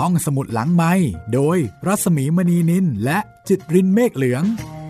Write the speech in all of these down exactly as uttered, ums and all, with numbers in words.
ห้องสมุดหลังไมค์โดยรัศมีมณีนินและจิตรินเมฆเหลือง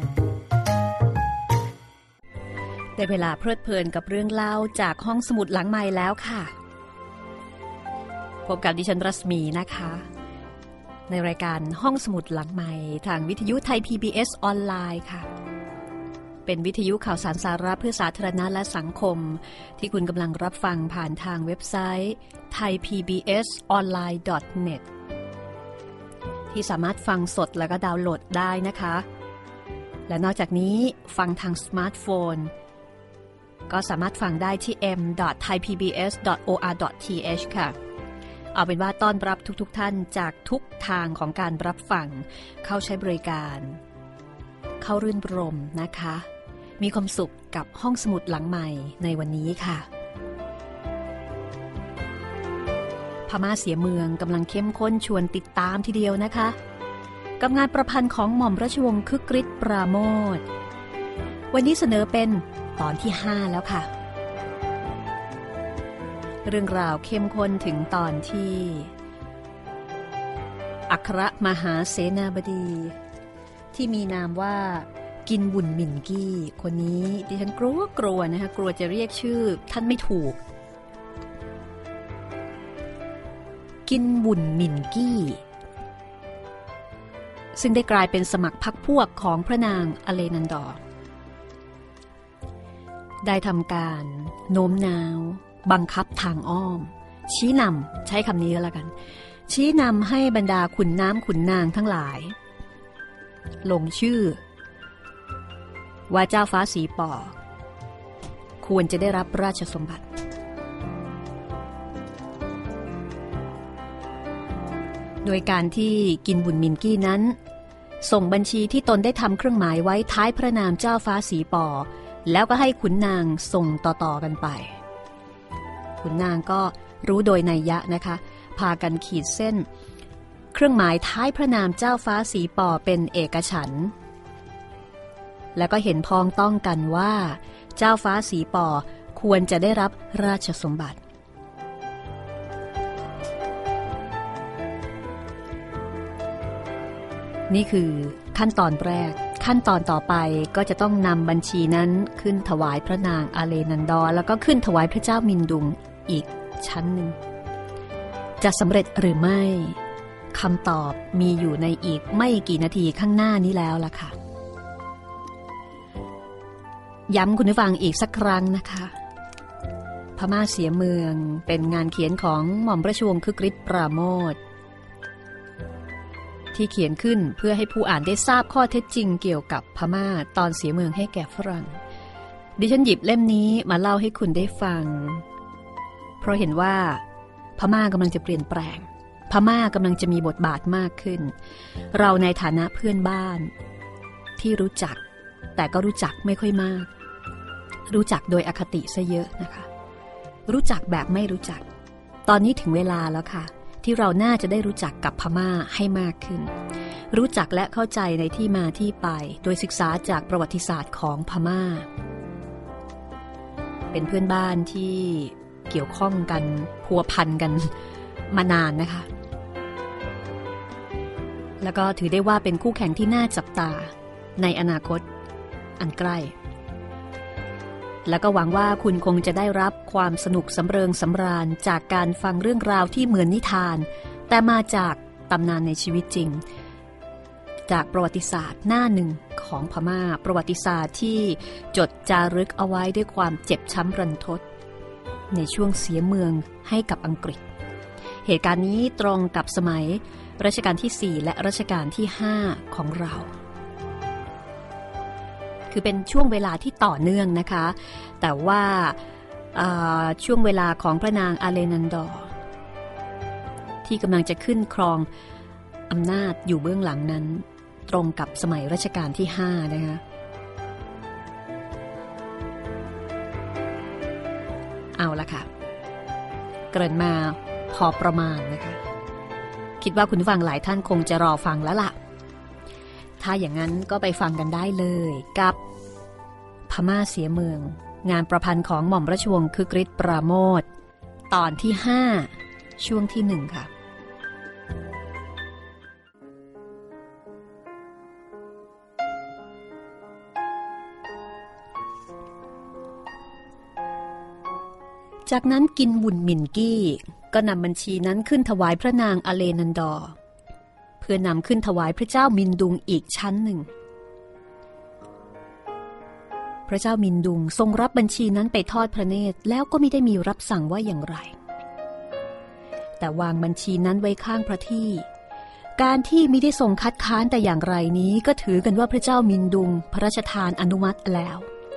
ได้เวลาเพลิดเพลินกับเรื่องเล่าจากห้องสมุดหลังไมค์แล้วค่ะพบกับดิฉันรัศมีนะคะในรายการห้องสมุดหลังไมค์ทางวิทยุไทย พี บี เอส ออนไลน์ค่ะเป็นวิทยุข่าวสารสาระเพื่อสาธารณะและสังคมที่คุณกำลังรับฟังผ่านทางเว็บไซต์ไทย พี บี เอส ออนไลน์ ดอท เน็ต ที่สามารถฟังสดแล้วก็ดาวน์โหลดได้นะคะและนอกจากนี้ฟังทางสมาร์ทโฟนก็สามารถฟังได้ที่ เอ็ม ดอท ไทย พี บี เอส ดอท โอ อาร์ ดอท ที เอช ค่ะเอาเป็นว่าต้อนรับทุกๆท่านจากทุกทางของการรับฟังเข้าใช้บริการเข้ารื่นรมนะคะมีความสุขกับห้องสมุดหลังใหม่ในวันนี้ค่ะพม่าเสียเมืองกำลังเข้มข้นชวนติดตามทีเดียวนะคะกับงานประพันธ์ของหม่อมราชวงศ์คึกฤทธิ์ปราโมทย์วันนี้เสนอเป็นตอนที่ห้าแล้วค่ะเรื่องราวเข้มข้นถึงตอนที่อัครมหาเสนาบดีที่มีนามว่ากินบุญหมิ่นกี้คนนี้ดิฉันกลัวกลัวนะคะกลัวจะเรียกชื่อท่านไม่ถูกกินบุญหมิ่นกี้ซึ่งได้กลายเป็นสมัครพรรคพวกของพระนางอเลนันดอร์ได้ทำการโน้มน้าวบังคับทางอ้อมชี้นำใช้คำนี้ก็แล้วกันชี้นำให้บรรดาขุนน้ำขุนนางทั้งหลายลงชื่อว่าเจ้าฟ้าสีป่อควรจะได้รับราชสมบัติโดยการที่กินบุญมินกี้นั้นส่งบัญชีที่ตนได้ทำเครื่องหมายไว้ท้ายพระนามเจ้าฟ้าสีป่อแล้วก็ให้ขุนนางส่งต่อๆกันไปขุนนางก็รู้โดยนัยยะนะคะพากันขีดเส้นเครื่องหมายท้ายพระนามเจ้าฟ้าสีป่อเป็นเอกฉันท์แล้วก็เห็นพ้องต้องกันว่าเจ้าฟ้าสีป่อควรจะได้รับราชสมบัตินี่คือขั้นตอนแรกขั้นตอนต่อไปก็จะต้องนำบัญชีนั้นขึ้นถวายพระนางอาเลนันดอร์แล้วก็ขึ้นถวายพระเจ้ามินดุงอีกชั้นหนึ่งจะสำเร็จหรือไม่คำตอบมีอยู่ในอีกไม่กี่นาทีข้างหน้านี้แล้วล่ะค่ะย้ำคุณผู้ฟังอีกสักครั้งนะคะพม่าเสียเมืองเป็นงานเขียนของหม่อมราชวงศ์คึกฤทธิ์ปราโมทย์ที่เขียนขึ้นเพื่อให้ผู้อ่านได้ทราบข้อเท็จจริงเกี่ยวกับพม่าตอนเสียเมืองให้แก่ฝรั่งดิฉันหยิบเล่มนี้มาเล่าให้คุณได้ฟังเพราะเห็นว่าพม่ากำลังจะเปลี่ยนแปลงพม่ากำลังจะมีบทบาทมากขึ้นเราในฐานะเพื่อนบ้านที่รู้จักแต่ก็รู้จักไม่ค่อยมากรู้จักโดยอคติซะเยอะนะคะรู้จักแบบไม่รู้จักตอนนี้ถึงเวลาแล้วค่ะที่เราน่าจะได้รู้จักกับพม่าให้มากขึ้นรู้จักและเข้าใจในที่มาที่ไปโดยศึกษาจากประวัติศาสตร์ของพม่าเป็นเพื่อนบ้านที่เกี่ยวข้องกันพัวพันกันมานานนะคะแล้วก็ถือได้ว่าเป็นคู่แข่งที่น่าจับตาในอนาคตอันใกล้แล้วก็หวังว่าคุณคงจะได้รับความสนุกสำเริงสำราญจากการฟังเรื่องราวที่เหมือนนิทานแต่มาจากตำนานในชีวิตจริงจากประวัติศาสตร์หน้าหนึ่งของพม่าประวัติศาสตร์ที่จดจารึกเอาไว้ด้วยความเจ็บช้ำรันทดในช่วงเสียเมืองให้กับอังกฤษเหตุการณ์นี้ตรงกับสมัยรัชกาลที่สี่และรัชกาลที่ห้าของเราคือเป็นช่วงเวลาที่ต่อเนื่องนะคะแต่ว่าช่วงเวลาของพระนางอาเลนันดอร์ที่กำลังจะขึ้นครองอำนาจอยู่เบื้องหลังนั้นตรงกับสมัยรัชกาลที่ห้านะคะเอาละค่ะเกริ่นมาพอประมาณนะคะคิดว่าคุณผู้ฟังหลายท่านคงจะรอฟังแล้วล่ะถ้าอย่างนั้นก็ไปฟังกันได้เลยกับพม่าเสียเมืองงานประพันธ์ของหม่อมราชวงศ์คึกฤทธิ์ปราโมทย์ตอนที่ห้าช่วงที่หนึ่งค่ะจากนั้นกินบุญมินกี้ก็นำบัญชีนั้นขึ้นถวายพระนางอเลนันดอร์เพื่อนำขึ้นถวายพระเจ้ามินดุงอีกชั้นหนึ่งพระเจ้ามินดุงทรงรับบัญชีนั้นไปทอดพระเนตรแล้วก็ไม่ได้มีรับสั่งว่าอย่างไรแต่วางบัญชีนั้นไว้ข้างพระที่การที่มิได้ทรงคัดค้านแต่อย่างไรนี้ก็ถือกันว่าพระเจ้ามินดุงพระราชทานอนุมัติแล้ว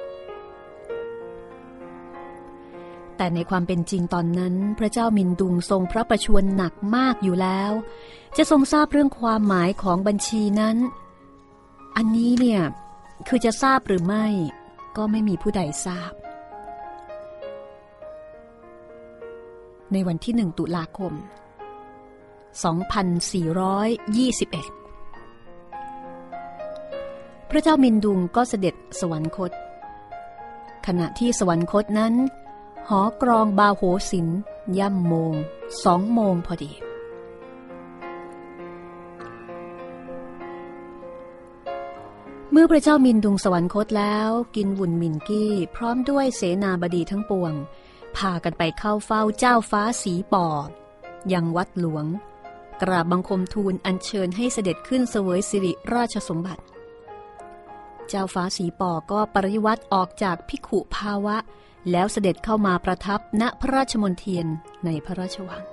แต่ในความเป็นจริงตอนนั้นพระเจ้ามินดุงทรงพระประชวรหนักมากอยู่แล้วจะทรงทราบเรื่องความหมายของบัญชีนั้นอันนี้เนี่ยคือจะทราบหรือไม่ก็ไม่มีผู้ใดทราบในวันที่หนึ่งตุลาคมสองพันสี่ร้อยยี่สิบเอ็ดพระเจ้ามินดุงก็เสด็จสวรรคตขณะที่สวรรคตนั้นหอกรองบาโหสินย่ำโมงสองโมงพอดีเมื่อพระเจ้ามินดุงสวรรคตแล้วกินวุ่นมินกี้พร้อมด้วยเสนาบดีทั้งปวงพากันไปเข้าเฝ้าเจ้าฟ้าสีป่อยังวัดหลวงกราบบังคมทูลอัญเชิญให้เสด็จขึ้นเสวยสิริราชสมบัติเจ้าฟ้าสีป่อก็ปริวัติออกจากภิกขุภาวะแล้วเสด็จเข้ามาประทับณพระราชมณฑียนในพระราชวัง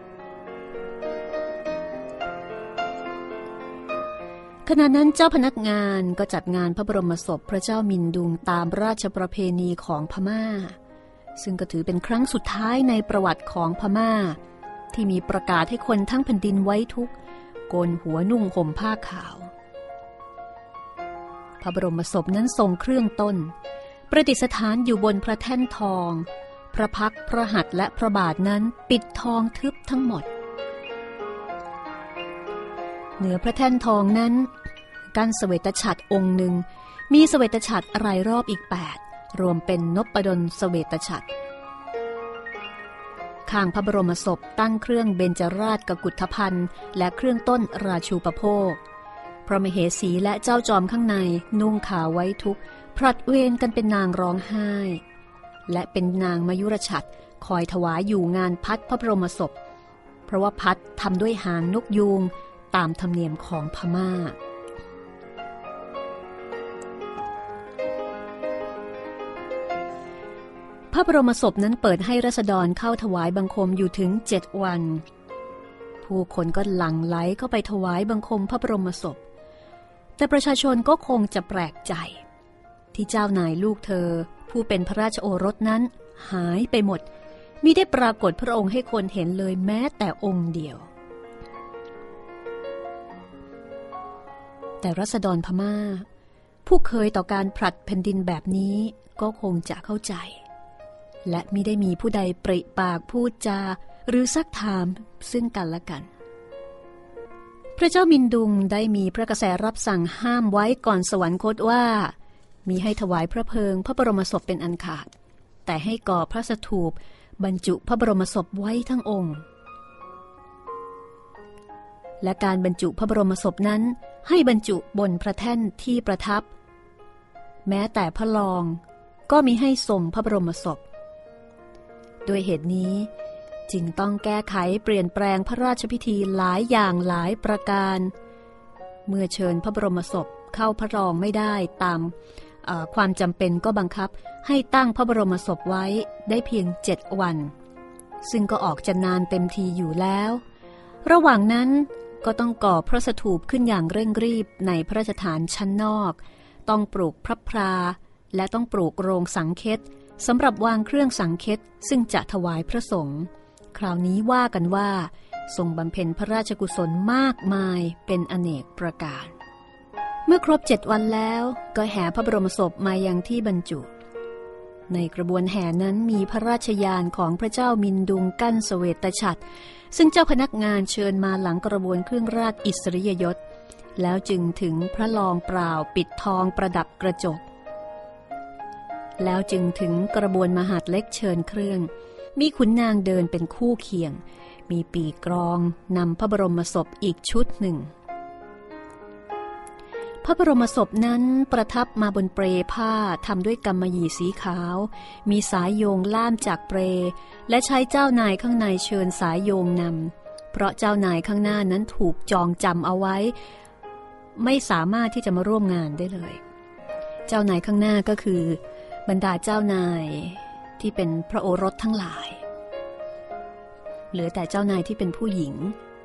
ขณะนั้นเจ้าพนักงานก็จัดงานพระบรมศพพระเจ้ามินดุงตามราชประเพณีของพม่าซึ่งก็ถือเป็นครั้งสุดท้ายในประวัติของพม่าที่มีประกาศให้คนทั้งแผ่นดินไว้ทุกข์โกนหัวนุ่งห่มผ้าขาวพระบรมศพนั้นทรงเครื่องต้นประดิษฐานอยู่บนพระแท่นทองพระพักตร์พระหัตถ์และพระบาทนั้นปิดทองทึบทั้งหมดเหนือพระแท่นทองนั้นกั้นเสวตฉัตรองค์หนึ่งมีเสวตฉัตรรายรอบอีกแปดรวมเป็นนพดลเสวตฉัตรข้างพระบรมศพตั้งเครื่องเบญจราชกกุฏฑภัณฑ์และเครื่องต้นราชูปโภคพระมเหสีและเจ้าจอมข้างในนุ่งขาวไว้ทุกข์ผลัดเวรกันเป็นนางร้องไห้และเป็นนางมยุรฉัตรคอยถวายอยู่งานพัดพระบรมศพเพราะว่าพัดทำด้วยหางนกยูงตามธรรมเนียมของพม่าพระบรมศพนั้นเปิดให้ราษฎรเข้าถวายบังคมอยู่ถึงเจ็ดวันผู้คนก็หลั่งไหลเข้าไปถวายบังคมพระบรมศพแต่ประชาชนก็คงจะแปลกใจที่เจ้านายลูกเธอผู้เป็นพระราชโอรสนั้นหายไปหมดมิได้ปรากฏพระองค์ให้คนเห็นเลยแม้แต่องค์เดียวแต่ราษฎรพม่าผู้เคยต่อการผลัดแผ่นดินแบบนี้ก็คงจะเข้าใจและมิได้มีผู้ใดปริปากพูดจาหรือซักถามซึ่งกันและกันพระเจ้ามินดุงได้มีพระกระแสรับสั่งห้ามไว้ก่อนสวรรคตว่ามีให้ถวายพระเพลิงพระบรมศพเป็นอันขาดแต่ให้ก่อพระสถูปบรรจุพระบรมศพไว้ทั้งองค์และการบรรจุพระบรมศพนั้นให้บรรจุบนพระแท่นที่ประทับแม้แต่พระลองก็มิให้ทรงพระบรมศพด้วยเหตุนี้จึงต้องแก้ไขเปลี่ยนแปลงพระราชพิธีหลายอย่างหลายประการเมื่อเชิญพระบรมศพเข้าพระลองไม่ได้ตามความจำเป็นก็บังคับให้ตั้งพระบรมศพไว้ได้เพียงเจ็ดวันซึ่งก็ออกจะนานเต็มทีอยู่แล้วระหว่างนั้นก็ต้องก่อพระสถูปขึ้นอย่างเร่งรีบในพระราชฐานชั้นนอกต้องปลูกพระพราและต้องปลูกโรงสังเฆสำหรับวางเครื่องสังเฆซึ่งจะถวายพระสงฆ์คราวนี้ว่ากันว่าทรงบำเพ็ญพระราชกุศลมากมายเป็นอเนกประการเมื่อครบเจ็ดวันแล้วก็แห่พระบรมศพมายังที่บรรจุในกระบวนแห่นั้นมีพระราชยานของพระเจ้ามินดุงกั้นเสวตฉัตรซึ่งเจ้าพนักงานเชิญมาหลังกระบวนเครื่องราชอิสริยยศแล้วจึงถึงพระลองเปล่าปิดทองประดับกระจกแล้วจึงถึงกระบวนมหาดเล็กเชิญเครื่องมีขุนนางเดินเป็นคู่เคียงมีปีกรองนำพระบรมศพอีกชุดหนึ่งพพระบรมศพนั้นประทับมาบนเปลผ้าทำด้วยกำมะหยี่สีขาวมีสายโยงล่ามจากเปลและใช้เจ้านายข้างในเชิญสายโยงนำเพราะเจ้านายข้างหน้านั้นถูกจองจำเอาไว้ไม่สามารถที่จะมาร่วมงานได้เลยเจ้านายข้างหน้าก็คือบรรดาเจ้านายที่เป็นพระโอรสทั้งหลายเหลือแต่เจ้านายที่เป็นผู้หญิง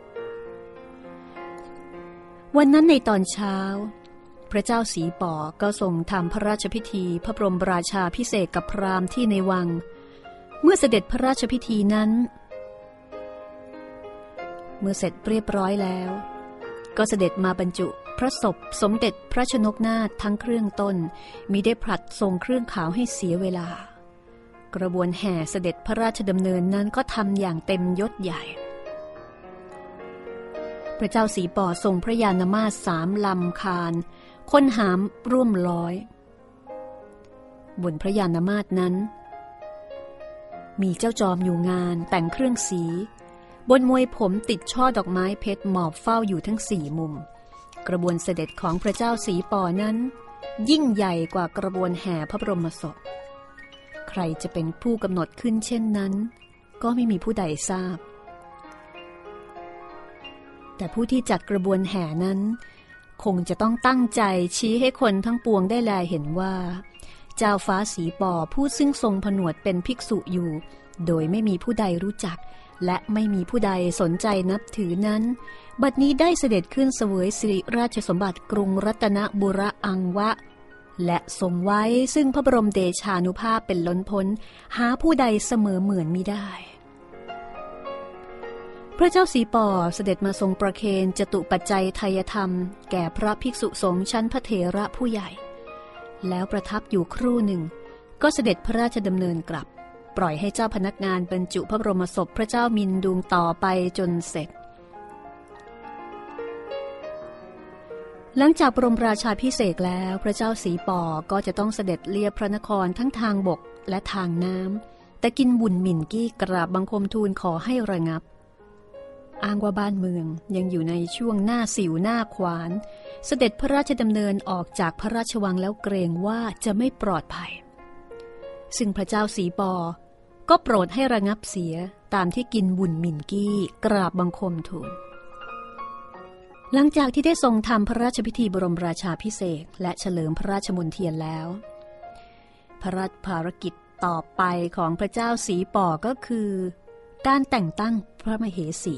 วันนั้นในตอนเช้าพระเจ้าสีป่อก็ทรงทำพระราชพิธีพระบรมราชาภิเษกกับพราหมณ์ที่ในวังเมื่อเสด็จพระราชพิธีนั้นเมื่อเสร็จเรียบร้อยแล้วก็เสด็จมาบรรจุพระศพสมเด็จพระชนกนาถทั้งเครื่องต้นมิได้ผลัดทรงเครื่องขาวให้เสียเวลากระบวนแห่เสด็จพระราชดำเนินนั้นก็ทำอย่างเต็มยศใหญ่พระเจ้าสีป่อทรงพระยานมาสสามลำคาญคนหามร่วมร้อยบนพระยานมาสนั้นมีเจ้าจอมอยู่งานแต่งเครื่องสีบนมวยผมติดช่อดอกไม้เพชรหมอบเฝ้าอยู่ทั้งสี่มุมกระบวนเสด็จของพระเจ้าสีป่อนั้นยิ่งใหญ่กว่ากระบวนแห่พระบรมศพใครจะเป็นผู้กำหนดขึ้นเช่นนั้นก็ไม่มีผู้ใดทราบแต่ผู้ที่จัดกระบวนแห่นั้นคงจะต้องตั้งใจชี้ให้คนทั้งปวงได้แลเห็นว่าเจ้าฟ้าสีป่อผู้ซึ่งทรงผนวดเป็นภิกษุอยู่โดยไม่มีผู้ใดรู้จักและไม่มีผู้ใดสนใจนับถือนั้นบัดนี้ได้เสด็จขึ้นเสวยสิริราชสมบัติกรุงรัตนบุรีอังวะและทรงไว้ซึ่งพระบรมเดชานุภาพเป็นล้นพ้นหาผู้ใดเสมอเหมือนมิได้พระเจ้าสีป่อเสด็จมาทรงประเคนจตุปัจจัยไทยธรรมแก่พระภิกษุสงฆ์ชั้นพระเถระผู้ใหญ่แล้วประทับอยู่ครู่หนึ่งก็เสด็จพระราชดำเนินกลับปล่อยให้เจ้าพนักงานบรรจุพระบรมศพพระเจ้ามินดุงต่อไปจนเสร็จหลังจากบรมราชาภิเษกแล้วพระเจ้าสีป่อก็จะต้องเสด็จเลียบพระนครทั้งทางบกและทางน้ำแต่กินบุญหมิ่นกี้กราบบังคมทูลขอให้ระงับอ้างว่าบ้านเมืองยังอยู่ในช่วงหน้าสิวหน้าขวานเสด็จพระราชดำเนินออกจากพระราชวังแล้วเกรงว่าจะไม่ปลอดภัยซึ่งพระเจ้าสีป่อก็โปรดให้ระงับเสียตามที่กินบุญหมิ่นกี้กราบบังคมทูลหลังจากที่ได้ทรงทำพระราชพิธีบรมราชาภิเษกและเฉลิมพระราชมณฑียนแล้วพระราชภารกิจต่อไปของพระเจ้าสีป่อก็คือการแต่งตั้งพระมเหสี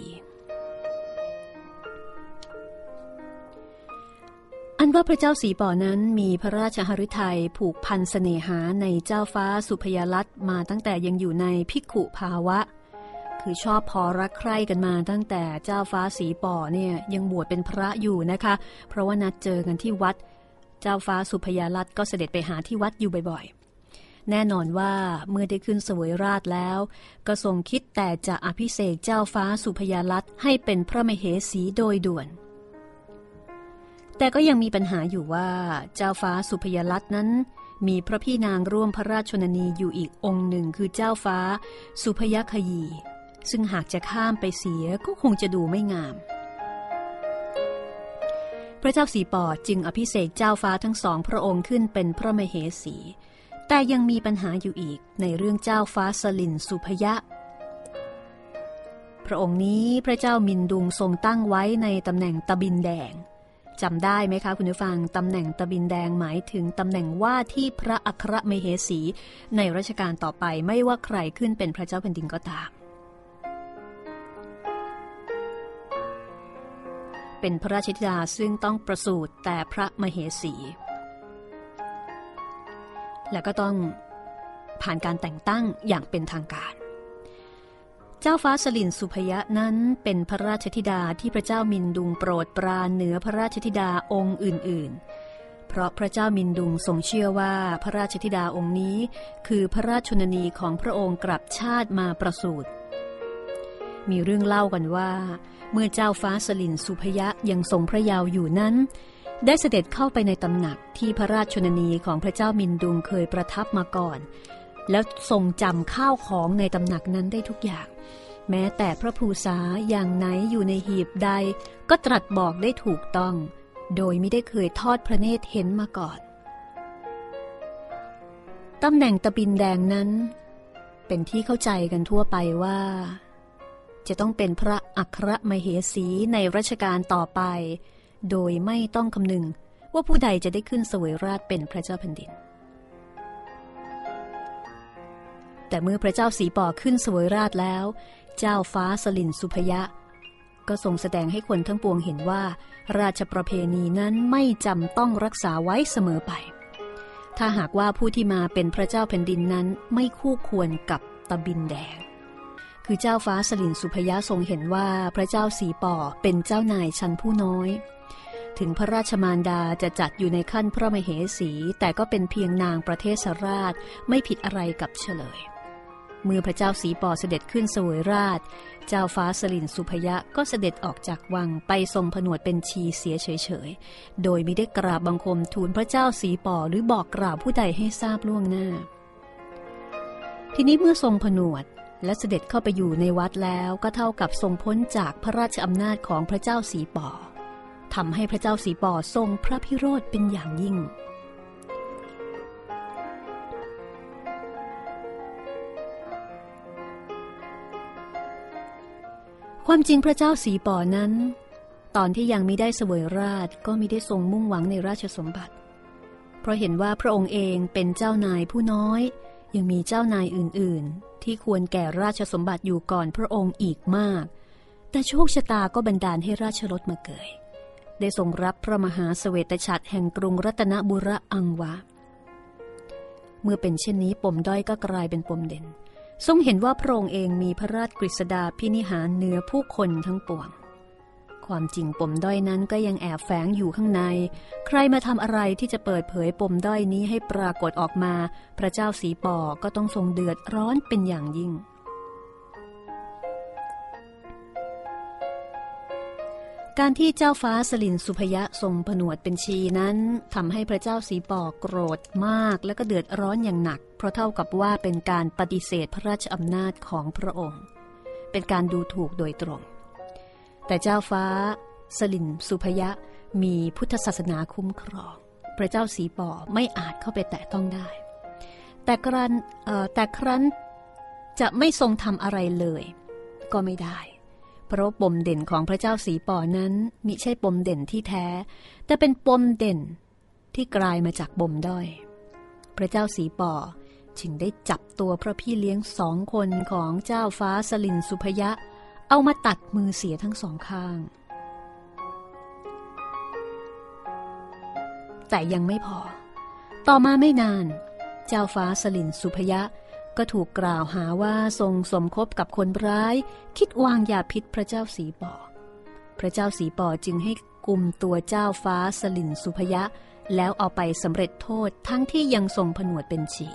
อันว่าพระเจ้าสีป่อนั้นมีพระราชหฤทัยผูกพันเสน่หาในเจ้าฟ้าสุพยาลัตน์มาตั้งแต่ยังอยู่ในภิกขุภาวะคือชอบพอรักใคร่กันมาตั้งแต่เจ้าฟ้าสีป่อเนี่ยยังบวชเป็นพระอยู่นะคะเพราะว่านัดเจอกันที่วัดเจ้าฟ้าสุพยาลัตน์ก็เสด็จไปหาที่วัดอยู่บ่อยๆแน่นอนว่าเมื่อได้ขึ้นเสวยราชแล้วก็ทรงคิดแต่จะอภิเษกเจ้าฟ้าสุพยาลัตน์ให้เป็นพระมเหสีโดยด่วนแต่ก็ยังมีปัญหาอยู่ว่าเจ้าฟ้าสุพยาลัตน์นั้นมีพระพี่นางร่วมพระราชชนนีอยู่อีกองค์หนึ่งคือเจ้าฟ้าสุพยคยีซึ่งหากจะข้ามไปเสียก็คงจะดูไม่งามพระเจ้าสีป่อจึงอภิเษกเจ้าฟ้าทั้งสองพระองค์ขึ้นเป็นพระมเหสีแต่ยังมีปัญหาอยู่อีกในเรื่องเจ้าฟ้าสลินสุพยะพระองค์นี้พระเจ้ามินดุงทรงตั้งไว้ในตำแหน่งตะบินแดงจำได้ไหมคะคุณผู้ฟังตำแหน่งตะบินแดงหมายถึงตำแหน่งว่าที่พระอัครมเหสีในรัชกาลต่อไปไม่ว่าใครขึ้นเป็นพระเจ้าแผ่นดินก็ตามเป็นพระราชธิดาซึ่งต้องประสูติแต่พระมเหสีและก็ต้องผ่านการแต่งตั้งอย่างเป็นทางการเจ้าฟ้าสลินสุพยะนั้นเป็นพระราชธิดาที่พระเจ้ามินดุงโปรดปรานเหนือพระราชธิดาองค์อื่นๆเพราะพระเจ้ามินดุงทรงเชื่อว่าพระราชธิดาองค์นี้คือพระราชชนนีของพระองค์กลับชาติมาประสูติมีเรื่องเล่ากันว่าเมื่อเจ้าฟ้าสลินสุพยะยังทรงพระเยาว์อยู่นั้นได้เสด็จเข้าไปในตำหนักที่พระราชชนนีของพระเจ้ามินดุงเคยประทับมาก่อนแล้วทรงจำข้าวของในตำหนักนั้นได้ทุกอย่างแม้แต่พระภูษาอย่างไหนอยู่ในหีบใดก็ตรัสบอกได้ถูกต้องโดยไม่ได้เคยทอดพระเนตรเห็นมาก่อนตำแหน่งตะบินแดงนั้นเป็นที่เข้าใจกันทั่วไปว่าจะต้องเป็นพระอัครมเหสีในรัชกาลต่อไปโดยไม่ต้องคำนึงว่าผู้ใดจะได้ขึ้นเสวยราชย์เป็นพระเจ้าแผ่นดินแต่เมื่อพระเจ้าสีป่อขึ้นเสวยราชย์แล้วเจ้าฟ้าสลินสุพยะก็ทรงแสดงให้คนทั้งปวงเห็นว่าราชประเพณีนั้นไม่จำต้องรักษาไว้เสมอไปถ้าหากว่าผู้ที่มาเป็นพระเจ้าแผ่นดินนั้นไม่คู่ควรกับตะบินแดงคือเจ้าฟ้าสลินสุพยะทรงเห็นว่าพระเจ้าสีป่อเป็นเจ้านายชั้นผู้น้อยถึงพระราชมารดาจะจัดอยู่ในขั้นพระมเหสีแต่ก็เป็นเพียงนางประเทศราชไม่ผิดอะไรกับเฉลยเมื่อพระเจ้าสีป่อเสด็จขึ้นเสวยราชเจ้าฟ้าสลินสุพยะก็เสด็จออกจากวังไปทรงผนวดเป็นชีเสียเฉยๆโดยไม่ได้กราบบังคมทูลพระเจ้าสีป่อหรือบอกกล่าวผู้ใดให้ทราบล่วงหน้าทีนี้เมื่อทรงผนวดและเสด็จเข้าไปอยู่ในวัดแล้วก็เท่ากับทรงพ้นจากพระราชอำนาจของพระเจ้าสีป่อทำให้พระเจ้าสีป่อทรงพระพิโรธเป็นอย่างยิ่งความจริงพระเจ้าสีป่อนั้นตอนที่ยังไม่ได้เสวยราชก็ไม่ได้ทรงมุ่งหวังในราชสมบัติเพราะเห็นว่าพระองค์เองเป็นเจ้านายผู้น้อยยังมีเจ้านายอื่นๆที่ควรแก่ราชสมบัติอยู่ก่อนพระองค์อีกมากแต่โชคชะตาก็บันดาลให้ราชรถมาเกยได้ทรงรับพระมหาเสวตฉัตรแห่งกรุงรัตนบุรีอังวะเมื่อเป็นเช่นนี้ปมด้อยก็กลายเป็นปมเด่นทรงเห็นว่าพระองค์เองมีพระราชกฤษฎาภินิหารเหนือผู้คนทั้งปวงความจริงปมด้อยนั้นก็ยังแอบแฝงอยู่ข้างในใครมาทำอะไรที่จะเปิดเผยปมด้อยนี้ให้ปรากฏออกมาพระเจ้าสีป่อก็ต้องทรงเดือดร้อนเป็นอย่างยิ่งการที่เจ้าฟ้าสลินสุพยะทรงผนวดเป็นชีนั้นทำให้พระเจ้าสีป่อโกรธมากและก็เดือดร้อนอย่างหนักเพราะเท่ากับว่าเป็นการปฏิเสธพระราชอำนาจของพระองค์เป็นการดูถูกโดยตรงแต่เจ้าฟ้าสลินสุพยะมีพุทธศาสนาคุ้มครองพระเจ้าสีป่อไม่อาจเข้าไปแตะต้องได้แต่ครั้นแต่ครั้นจะไม่ทรงทำอะไรเลยก็ไม่ได้เพราะปมเด่นของพระเจ้าสีป่อนั้นมิใช่ปมเด่นที่แท้แต่เป็นปมเด่นที่กลายมาจากปมด้อยพระเจ้าสีป่อจึงได้จับตัวพระพี่เลี้ยงสองคนของเจ้าฟ้าสลินสุพยะเอามาตัดมือเสียทั้งสองข้างแต่ยังไม่พอต่อมาไม่นานเจ้าฟ้าสลินสุพยะก็ถูกกล่าวหาว่าทรงสมคบกับคนร้ายคิดวางยาพิษพระเจ้าสีป่อพระเจ้าสีป่อจึงให้กุมตัวเจ้าฟ้าสลินสุพยะแล้วเอาไปสำเร็จโทษทั้งที่ยังทรงผนวดเป็นชี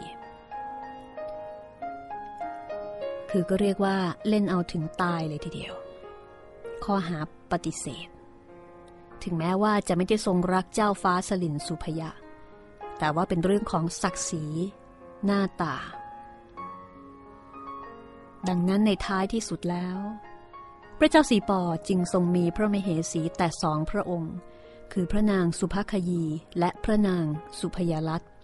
คือก็เรียกว่าเล่นเอาถึงตายเลยทีเดียวข้อหาปฏิเสธถึงแม้ว่าจะไม่ได้ทรงรักเจ้าฟ้าสลินสุพยะแต่ว่าเป็นเรื่องของศักดิ์ศรีหน้าตาดังนั้นในท้ายที่สุดแล้วพระเจ้าสีป่อจึงทรงมีพระมเหสีแต่สองพระองค์คือพระนางสุภคยีและพระนางสุพยลัตน์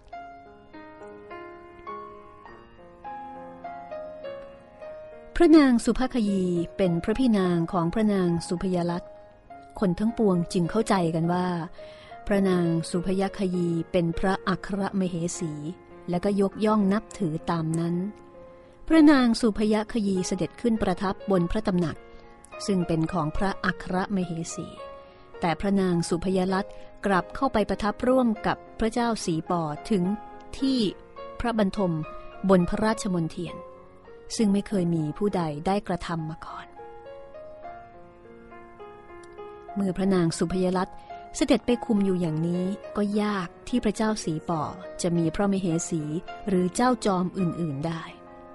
พระนางสุภคยีเป็นพระพี่นางของพระนางสุพยลัตน์คนทั้งปวงจึงเข้าใจกันว่าพระนางสุพยคยีเป็นพระอัครมเหสีและก็ยกย่องนับถือตามนั้นพระนางสุพยคยีเสด็จขึ้นประทับบนพระตำหนักซึ่งเป็นของพระอัครมเหสีแต่พระนางสุพยลัตน์กลับเข้าไปประทับร่วมกับพระเจ้าสีป่อถึงที่พระบรรทมบนพระราชมณฑียนซึ่งไม่เคยมีผู้ใดได้กระทำมาก่อนเมื่อพระนางสุพยลัตน์เสด็จไปคุมอยู่อย่างนี้ก็ยากที่พระเจ้าสีป่อจะมีพระมเหสีหรือเจ้าจอมอื่นๆได้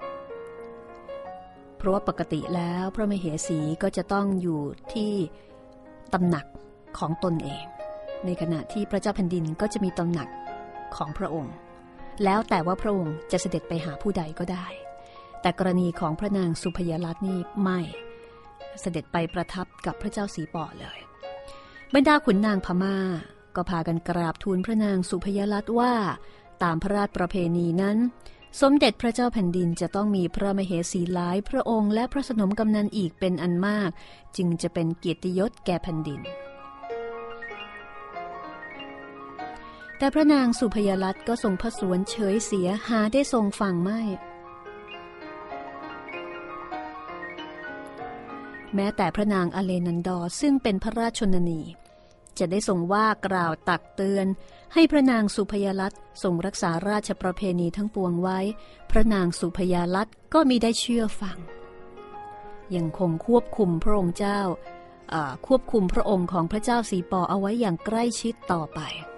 เพราะว่าปกติแล้วพระมเหสีก็จะต้องอยู่ที่ตำหนักของตนเองในขณะที่พระเจ้าแผ่นดินก็จะมีตำหนักของพระองค์แล้วแต่ว่าพระองค์จะเสด็จไปหาผู้ใดก็ได้แต่กรณีของพระนางสุพยลัตน์นี่ไม่เสด็จไปประทับกับพระเจ้าสีป่อเลยบรรดาขุนนางพม่าก็พากันกราบทูลพระนางสุพยลัตน์ว่าตามพระราชประเพณีนั้นสมเด็จพระเจ้าแผ่นดินจะต้องมีพระมเหสีหลายพระองค์และพระสนมกำนันอีกเป็นอันมากจึงจะเป็นเกียรติยศแก่แผ่นดินแต่พระนางสุพยลัตน์ก็ทรงพระสวนเฉยเสียหาได้ทรงฟังไม่แม้แต่พระนางอเลนันดอร์ซึ่งเป็นพระราชชนนีจะได้ทรงว่ากล่าวตักเตือนให้พระนางสุพยลัตน์ทรงรักษาราชประเพณีทั้งปวงไว้พระนางสุพยลัตน์ก็มิได้เชื่อฟังยังคงควบคุมพระองค์เจ้าควบคุมพระองค์ของพระเจ้าสีปอเอาไว้อย่างใกล้ชิดต่อไป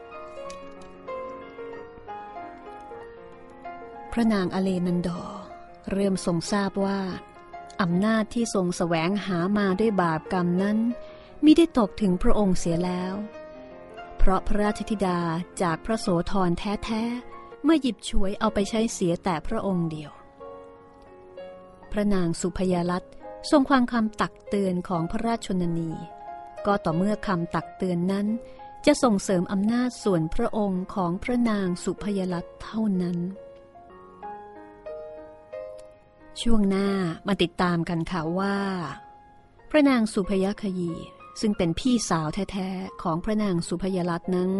พระนางอเลนันดอร์เริ่มทรงทราบว่าอำนาจที่ทรงแสวงหามาด้วยบาปกรรมนั้นมิได้ตกถึงพระองค์เสียแล้วเพราะพระราชธิดาจากพระโสธรแท้ๆเมื่อหยิบฉวยเอาไปใช้เสียแต่พระองค์เดียวพระนางสุพยลัตน์ทรงฟังคำตักเตือนของพระราชชนนีก็ต่อเมื่อคำตักเตือนนั้นจะส่งเสริมอำนาจส่วนพระองค์ของพระนางสุพยลัตน์เท่านั้นช่วงหน้ามาติดตามกันค่ะว่าพระนางสุพยคยีซึ่งเป็นพี่สาวแท้ๆของพระนางสุพยลัตน์นั้น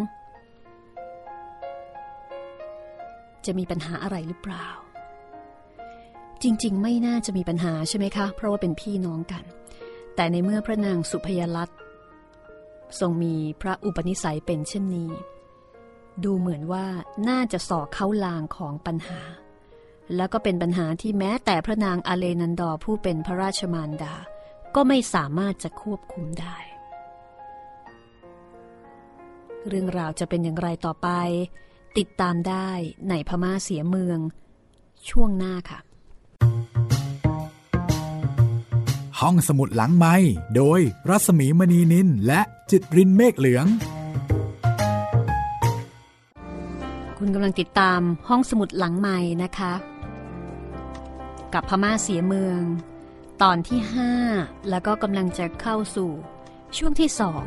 จะมีปัญหาอะไรหรือเปล่าจริงๆไม่น่าจะมีปัญหาใช่ไหมคะเพราะว่าเป็นพี่น้องกันแต่ในเมื่อพระนางสุพยลัตน์ทรงมีพระอุปนิสัยเป็นเช่นนี้ดูเหมือนว่าน่าจะส่อเข้าลางของปัญหาแล้วก็เป็นปัญหาที่แม้แต่พระนางอเลนันดอร์ผู้เป็นพระราชมารดาก็ไม่สามารถจะควบคุมได้เรื่องราวจะเป็นอย่างไรต่อไปติดตามได้ในพม่าเสียเมืองช่วงหน้าค่ะห้องสมุดหลังไมค์โดยรัศมีมณีนินและจิตรินเมฆเหลืองคุณกำลังติดตามห้องสมุดหลังไมค์นะคะกับพม่าเสียเมืองตอนที่ห้าแล้วก็กำลังจะเข้าสู่ช่วงที่สอง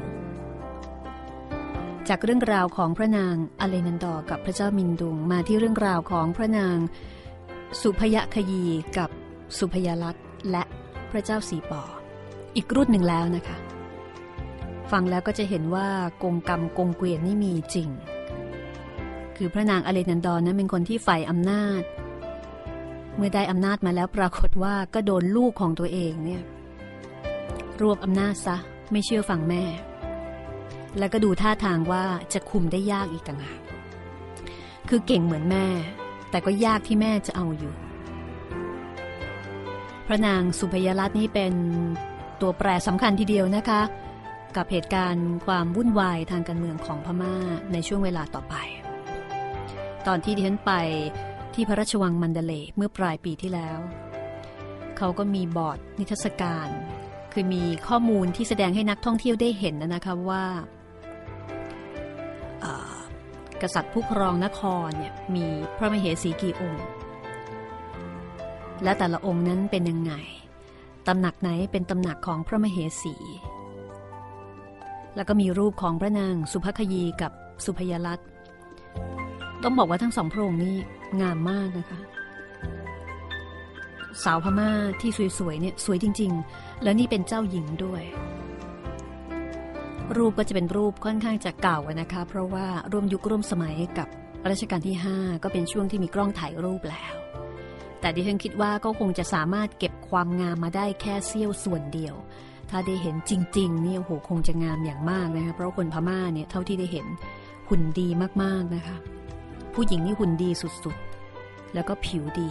จากเรื่องราวของพระนางอเลนันดอร์กับพระเจ้ามินดุงมาที่เรื่องราวของพระนางสุพยคยีกับสุพยลัตน์และพระเจ้าสีปออีกรุ่นหนึ่งแล้วนะคะฟังแล้วก็จะเห็นว่ากงกรรมกงเกวียนนี่มีจริงคือพระนางอเลนันดอร์นั้นเป็นคนที่ใฝ่อำนาจเมื่อได้อำนาจมาแล้วปรากฏว่าก็โดนลูกของตัวเองเนี่ยรวบอำนาจซะไม่เชื่อฟังแม่แล้วก็ดูท่าทางว่าจะคุมได้ยากอีกต่างหากคือเก่งเหมือนแม่แต่ก็ยากที่แม่จะเอาอยู่พระนางสุพยลัตน์นี่เป็นตัวแปรสำคัญทีเดียวนะคะกับเหตุการณ์ความวุ่นวายทางการเมืองของพม่าในช่วงเวลาต่อไปตอนที่ดิฉันไปที่พระราชวังมันเดเลย์เมื่อปลายปีที่แล้วเขาก็มีบอร์ดนิทรรศการคือมีข้อมูลที่แสดงให้นักท่องเที่ยวได้เห็นนะคะว่ากษัตริย์ผู้ครองนครเนี่ยมีพระมเหสีกี่องค์และแต่ละองค์นั้นเป็นยังไงตำหนักไหนเป็นตำหนักของพระมเหสีแล้วก็มีรูปของพระนางสุภคยีกับสุพยลัตน์ต้องบอกว่าทั้งสองพระองค์นี่งามมากนะคะสาวพม่าที่สวยๆเนี่ยสวยจริงๆแล้วนี่เป็นเจ้าหญิงด้วยรูปก็จะเป็นรูปค่อนข้างจะเก่านะคะเพราะว่าร่วมยุคร่วมสมัยกับรัชกาลที่ห้าก็เป็นช่วงที่มีกล้องถ่ายรูปแล้วแต่ดิฉันคิดว่าก็คงจะสามารถเก็บความงามมาได้แค่เสี้ยวส่วนเดียวถ้าได้เห็นจริงๆนี่โอ้โหคงจะงามอย่างมากนะคะเพราะคนพม่าเนี่ยเท่าที่ได้เห็นหุ่นดีมากๆนะคะผู้หญิงนี่หุ่นดีสุดๆแล้วก็ผิวดี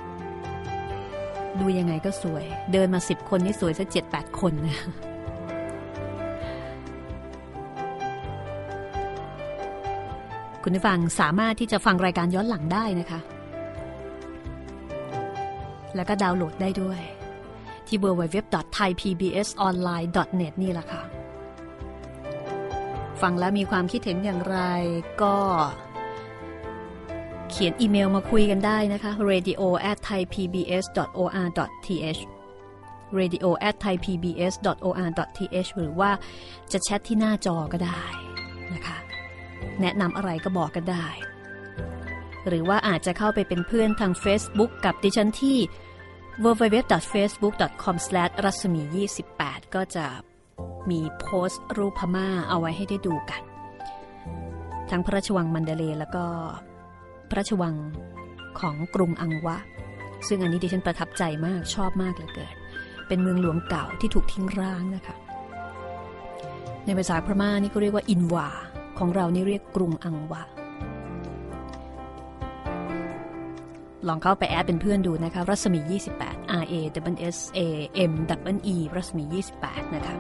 ดูยังไงก็สวยเดินมาสิบคนนี่สวยซะเจ็ดแปดคนนะคุณผู้ฟังสามารถที่จะฟังรายการย้อนหลังได้นะคะแล้วก็ดาวน์โหลดได้ด้วยที่ ดับเบิลยู ดับเบิลยู ดับเบิลยู ดอท ไทย พี บี เอส ออนไลน์ ดอท เน็ต นี่แหละค่ะฟังแล้วมีความคิดเห็นอย่างไรก็เขียนอีเมลมาคุยกันได้นะคะ radio at ไทยพีบีเอสดอทโออาร์ดอททีเอชเรดิโอ แอท ไทยพีบีเอส ดอท โอ อาร์ ดอท ที เอช หรือว่าจะแชทที่หน้าจอก็ได้นะคะแนะนำอะไรก็บอกกันได้หรือว่าอาจจะเข้าไปเป็นเพื่อนทาง Facebook กับดิฉันที่ ดับเบิลยู ดับเบิลยู ดับเบิลยู ดอท เฟซบุ๊ก ดอท คอม สแลช รัศมี ยี่สิบแปด ก็จะมีโพสต์รูปพม่าเอาไว้ให้ได้ดูกันทั้งพระราชวังมันเดเลย์แล้วก็พระราชวังของกรุงอังวะซึ่งอันนี้ดิฉันประทับใจมากชอบมากเหลือเกินเป็นเมืองหลวงเก่าที่ถูกทิ้งร้างนะคะในภาษาพม่านี่ก็เรียกว่าอินวาของเรานี่เรียกกรุงอังวะลองเข้าไปแอดเป็นเพื่อนดูนะคะรัศมียี่สิบแปด R A S S A M E E รัศมียี่สิบแปดนะคะ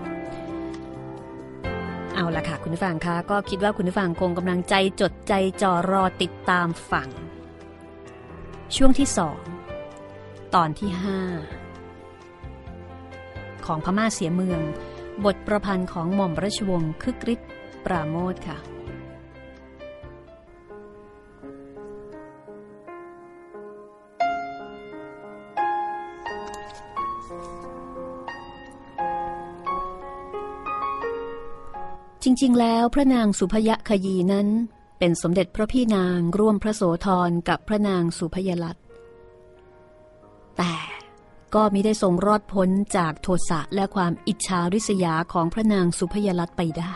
เอาล่ะค่ะคุณผู้ฟังคะก็คิดว่าคุณผู้ฟังคงกำลังใจจดใจจ่อรอติดตามฟังช่วงที่สองตอนที่ห้าของพม่าเสียเมืองบทประพันธ์ของหม่อมราชวงศ์คึกฤทธิ์ปราโมทย์ค่ะจริงๆแล้วพระนางสุพยคยีนั้นเป็นสมเด็จพระพี่นางร่วมพระโสธรกับพระนางสุพยลัตน์แต่ก็มิได้ทรงรอดพ้นจากโทสะและความอิจฉาริษยาของพระนางสุพยลัตน์ไปได้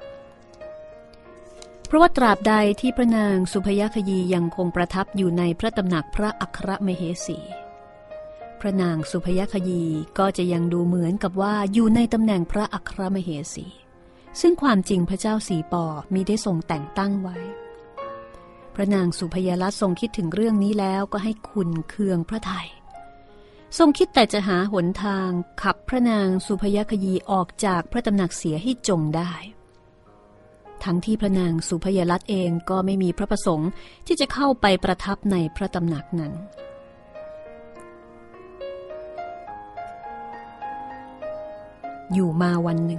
เพราะว่าตราบใดที่พระนางสุพยคยียังคงประทับอยู่ในพระตำหนักพระอัครมเหสีพระนางสุพยคยีก็จะยังดูเหมือนกับว่าอยู่ในตำแหน่งพระอัครมเหสีซึ่งความจริงพระเจ้าสีปอมิได้ทรงแต่งตั้งไว้พระนางสุพยลัตน์ทรงคิดถึงเรื่องนี้แล้วก็ให้ขุ่นเคืองพระทัยทรงคิดแต่จะหาหนทางขับพระนางสุพยคยีออกจากพระตำหนักเสียให้จงได้ทั้งที่พระนางสุพยลัตน์เองก็ไม่มีพระประสงค์ที่จะเข้าไปประทับในพระตำหนักนั้นอยู่มาวันหนึ่ง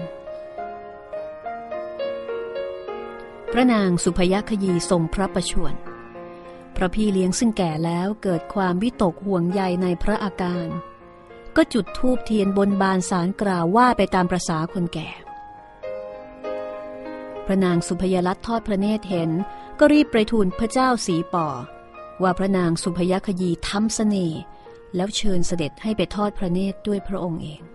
พระนางสุพยคยีทรงพระประชวรพระพี่เลี้ยงซึ่งแก่แล้วเกิดความวิตกห่วงใยในพระอาการก็จุดธูปเทียนบนบานศาลกล่าวว่าไปตามประสาคนแก่พระนางสุพยลัตน์ทอดพระเนตรเห็นก็รีบไปทูลพระเจ้าสีปอว่าพระนางสุพยคยีทำเสน่ห์แล้วเชิญเสด็จให้ไปทอดพระเนตรด้วยพระองค์เอง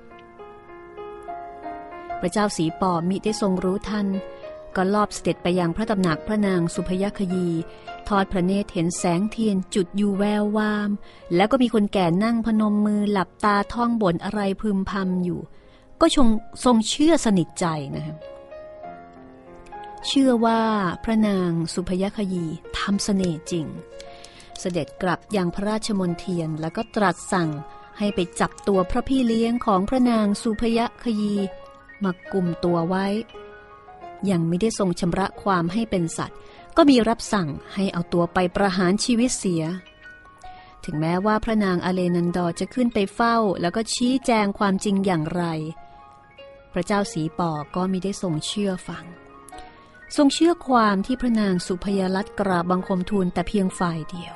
พระเจ้าสีปอมิได้ทรงรู้ทันก็ลอบเสด็จไปยังพระตำหนักพระนางสุพยคยีทอดพระเนตรเห็นแสงเทียนจุดอยู่แวววามแล้วก็มีคนแก่นั่งพนมมือหลับตาท่องบ่นอะไรพึมพำอยู่ก็ทรงทรงเชื่อสนิทใจนะคะเชื่อว่าพระนางสุพยคยีทำเสน่ห์จริงเสด็จกลับยังพระราชมณฑีแล้วก็ตรัสสั่งให้ไปจับตัวพระพี่เลี้ยงของพระนางสุพยคยีมากุมตัวไว้ยังไม่ได้ทรงชำระความให้เป็นสัตว์ก็มีรับสั่งให้เอาตัวไปประหารชีวิตเสียถึงแม้ว่าพระนางอเลนันดอร์จะขึ้นไปเฝ้าแล้วก็ชี้แจงความจริงอย่างไรพระเจ้าสีปอก็มิได้ทรงเชื่อฟังทรงเชื่อความที่พระนางสุพยลัตน์กราบบังคมทูลแต่เพียงฝ่ายเดียว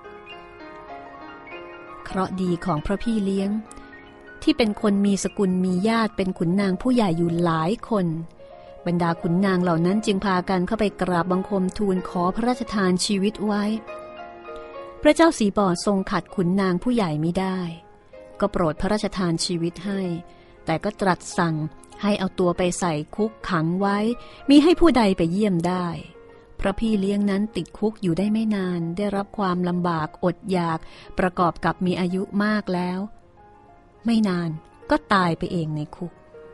เคราะห์ดีของพระพี่เลี้ยงที่เป็นคนมีสกุลมีญาติเป็นขุนนางผู้ใหญ่อยู่หลายคนบรรดาขุนนางเหล่านั้นจึงพากันเข้าไปกราบบังคมทูลขอพระราชทานชีวิตไว้พระเจ้าสีปอทรงขัดขุนนางผู้ใหญ่มิได้ก็โปรดพระราชทานชีวิตให้แต่ก็ตรัสสั่งให้เอาตัวไปใส่คุกขังไว้มิให้ผู้ใดไปเยี่ยมได้พระพี่เลี้ยงนั้นติดคุกอยู่ได้ไม่นานได้รับความลำบากอดอยากประกอบกับมีอายุมากแล้วไม่นานก็ตายไปเองในคุก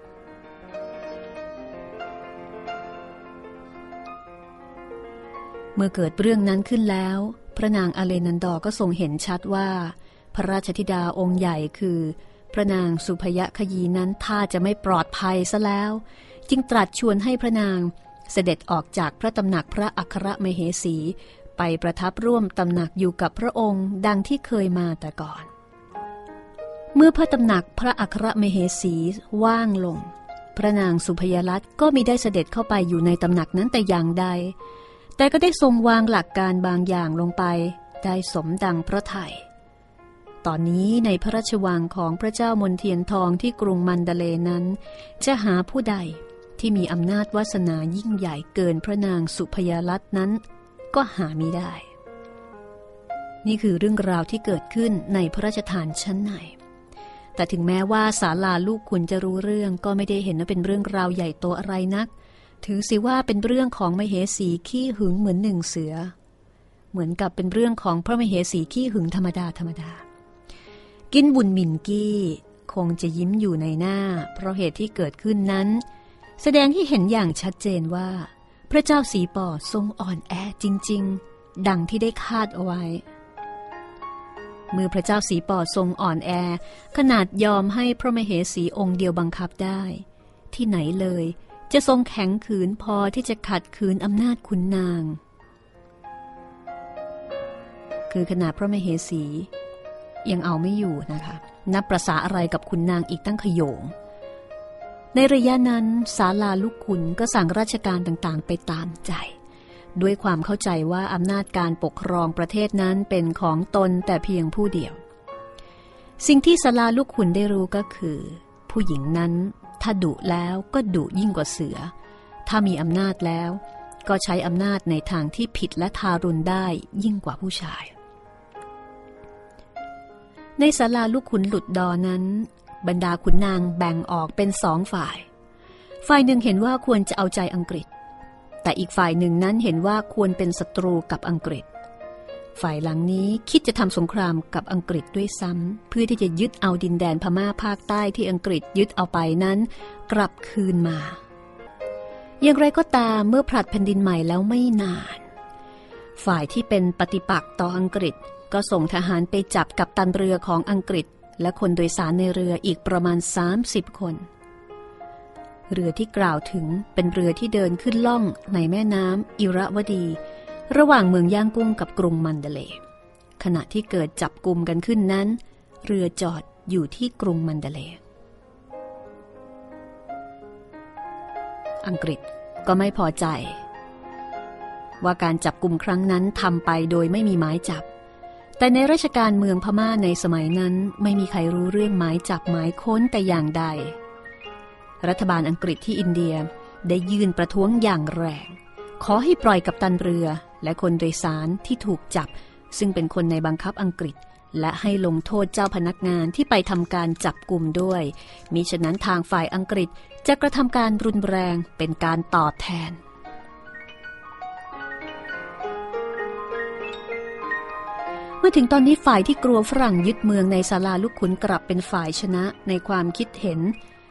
เมื่อเกิดเรื่องนั้นขึ้นแล้วพระนางอเลนันดอร์ก็ทรงเห็นชัดว่าพระราชธิดาองค์ใหญ่คือพระนางสุพยคยีนั้นท่าจะไม่ปลอดภัยซะแล้วจึงตรัสชวนให้พระนางเสด็จออกจากพระตำหนักพระอัครมเหสีไปประทับร่วมตำหนักอยู่กับพระองค์ดังที่เคยมาแต่ก่อนเมื่อพระตำหนักพระอัครมเหสีว่างลงพระนางสุพยลัตน์ก็มิได้เสด็จเข้าไปอยู่ในตำหนักนั้นแต่อย่างใดแต่ก็ได้ทรงวางหลักการบางอย่างลงไปได้สมดังพระทัยตอนนี้ในพระราชวังของพระเจ้ามนเทียนทองที่กรุงมันดาเลย์นั้นจะหาผู้ใดที่มีอำนาจวาสนายิ่งใหญ่เกินพระนางสุพยาลัตน์นั้นก็หามิได้นี่คือเรื่องราวที่เกิดขึ้นในพระราชทานชั้นในแต่ถึงแม้ว่าศาลาลูกขุนจะรู้เรื่องก็ไม่ได้เห็นว่าเป็นเรื่องราวใหญ่โตอะไรนักถือสิว่าเป็นเรื่องของมเหสีขี้หึงเหมือนหนึ่งเสือเหมือนกับเป็นเรื่องของพระมเหสีขี้หึงธรรมดาธรรมดากินบุญมินกี้คงจะยิ้มอยู่ในหน้าเพราะเหตุที่เกิดขึ้นนั้นแสดงให้เห็นอย่างชัดเจนว่าพระเจ้าสีป่อทรงอ่อนแอจริงๆดังที่ได้คาดเอาไว้เมื่อพระเจ้าสีป่อทรงอ่อนแอขนาดยอมให้พระมเหสีองค์เดียวบังคับได้ที่ไหนเลยจะทรงแข็งขืนพอที่จะขัดขืนอำนาจขุนนางคือขนาดพระมเหสียังเอาไม่อยู่นะคะนับประสาอะไรกับขุนนางอีกตั้งขโยงในระยะนั้นศาลาลูกขุนก็สั่งราชการต่างๆไปตามใจด้วยความเข้าใจว่าอำนาจการปกครองประเทศนั้นเป็นของตนแต่เพียงผู้เดียวสิ่งที่ศาลาลูกขุนได้รู้ก็คือผู้หญิงนั้นถ้าดุแล้วก็ดุยิ่งกว่าเสือถ้ามีอำนาจแล้วก็ใช้อำนาจในทางที่ผิดและทารุณได้ยิ่งกว่าผู้ชายในศาลาลูกขุนหลุดดอนั้นบรรดาขุนนางแบ่งออกเป็นสองฝ่ายฝ่ายหนึ่งเห็นว่าควรจะเอาใจอังกฤษแต่อีกฝ่ายหนึ่งนั้นเห็นว่าควรเป็นศัตรูกับอังกฤษฝ่ายหลังนี้คิดจะทำสงครามกับอังกฤษด้วยซ้ำเพื่อที่จะยึดเอาดินแดนพม่าภาคใต้ที่อังกฤษยึดเอาไปนั้นกลับคืนมาอย่างไรก็ตามเมื่อผลัดแผ่นดินใหม่แล้วไม่นานฝ่ายที่เป็นปฏิปักษ์ต่ออังกฤษก็ส่งทหารไปจับกัปตันเรือของอังกฤษและคนโดยสารในเรืออีกประมาณสามสิบคนเรือที่กล่าวถึงเป็นเรือที่เดินขึ้นล่องในแม่น้ำอิระวดีระหว่างเมืองย่างกุ้งกับกรุงมันเดเลย์ขณะที่เกิดจับกุมกันขึ้นนั้นเรือจอดอยู่ที่กรุงมันเดเลย์อังกฤษก็ไม่พอใจว่าการจับกุมครั้งนั้นทำไปโดยไม่มีหมายจับแต่ในราชการเมืองพม่าในสมัยนั้นไม่มีใครรู้เรื่องหมายจับหมายค้นแต่อย่างใดรัฐบาลอังกฤษที่อินเดียได้ยื่นประท้วงอย่างแรงขอให้ปล่อยกัปตันเรือและคนโดยสารที่ถูกจับซึ่งเป็นคนในบังคับอังกฤษและให้ลงโทษเจ้าพนักงานที่ไปทำการจับกุมด้วยมิฉะนั้นทางฝ่ายอังกฤษจะกระทำการรุนแรงเป็นการตอบแทนเมื่อถึงตอนนี้ฝ่ายที่กลัวฝรั่งยึดเมืองในศาลาลูกขุนกลับเป็นฝ่ายชนะในความคิดเห็น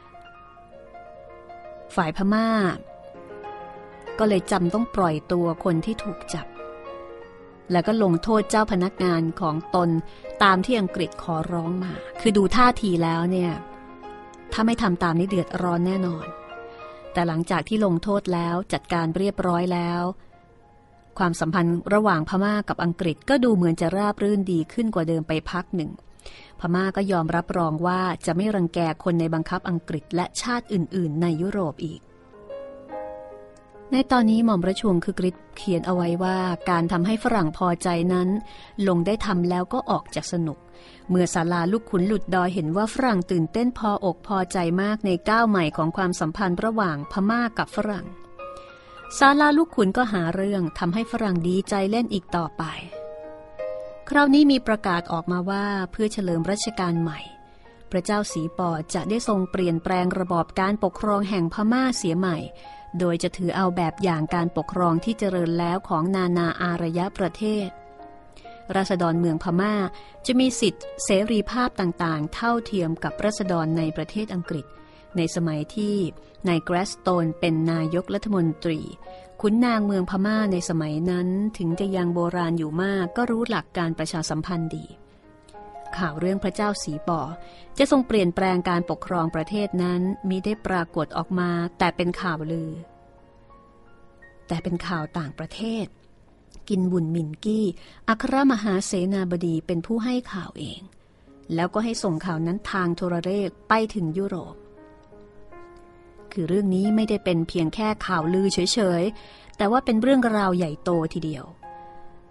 ฝ่ายพม่าก็เลยจำต้องปล่อยตัวคนที่ถูกจับแล้วก็ลงโทษเจ้าพนักงานของตนตามที่อังกฤษขอร้องมาคือดูท่าทีแล้วเนี่ยถ้าไม่ทำตามนี้เดือดร้อนแน่นอนแต่หลังจากที่ลงโทษแล้วจัดการเรียบร้อยแล้วความสัมพันธ์ระหว่างพม่ากับอังกฤษก็ดูเหมือนจะราบรื่นดีขึ้นกว่าเดิมไปพักหนึ่งพม่าก็ยอมรับรองว่าจะไม่รังแกคนในบังคับอังกฤษและชาติอื่นๆในยุโรปอีกในตอนนี้หม่อมราชวงศ์คึกฤทธิ์เขียนเอาไว้ว่าการทำให้ฝรั่งพอใจนั้นลงได้ทำแล้วก็ออกจากสนุกเมื่อศาลาลูกขุนหลุดดอยเห็นว่าฝรั่งตื่นเต้นพออกพอใจมากในก้าวใหม่ของความสัมพันธ์ระหว่างพม่ากับฝรั่งศาลาลูกขุนก็หาเรื่องทำให้ฝรั่งดีใจเล่นอีกต่อไปคราวนี้มีประกาศออกมาว่าเพื่อเฉลิมรัชกาลใหม่พระเจ้าสีป่อจะได้ทรงเปลี่ยนแปลงระบอบการปกครองแห่งพม่าเสียใหม่โดยจะถือเอาแบบอย่างการปกครองที่เจริญแล้วของนานาอารยประเทศราษฎรเมืองพม่าจะมีสิทธิเสรีภาพต่างๆเท่าเทียมกับราษฎรในประเทศอังกฤษในสมัยที่นายแกรสโตนเป็นนายกรัฐมนตรีขุนนางเมืองพม่าในสมัยนั้นถึงจะยังโบราณอยู่มากก็รู้หลักการประชาสัมพันธ์ดีข่าวเรื่องพระเจ้าสีป่อจะทรงเปลี่ยนแปลงการปกครองประเทศนั้นมิได้ปรากฏออกมาแต่เป็นข่าวลือแต่เป็นข่าวต่างประเทศกินบุญมินกี้อัครมหาเสนาบดีเป็นผู้ให้ข่าวเองแล้วก็ให้ส่งข่าวนั้นทางโทรเลขไปถึงยุโรปคือเรื่องนี้ไม่ได้เป็นเพียงแค่ข่าวลือเฉยๆแต่ว่าเป็นเรื่องราวใหญ่โตทีเดียว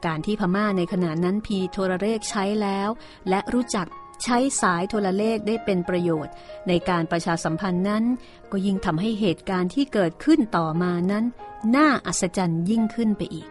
การที่พม่าในขณะนั้นพีโทรเลขใช้แล้วและรู้จักใช้สายโทรเลขได้เป็นประโยชน์ในการประชาสัมพันธ์นั้นก็ยิ่งทำให้เหตุการณ์ที่เกิดขึ้นต่อมานั้นน่าอัศจรรย์ยิ่งขึ้นไปอีก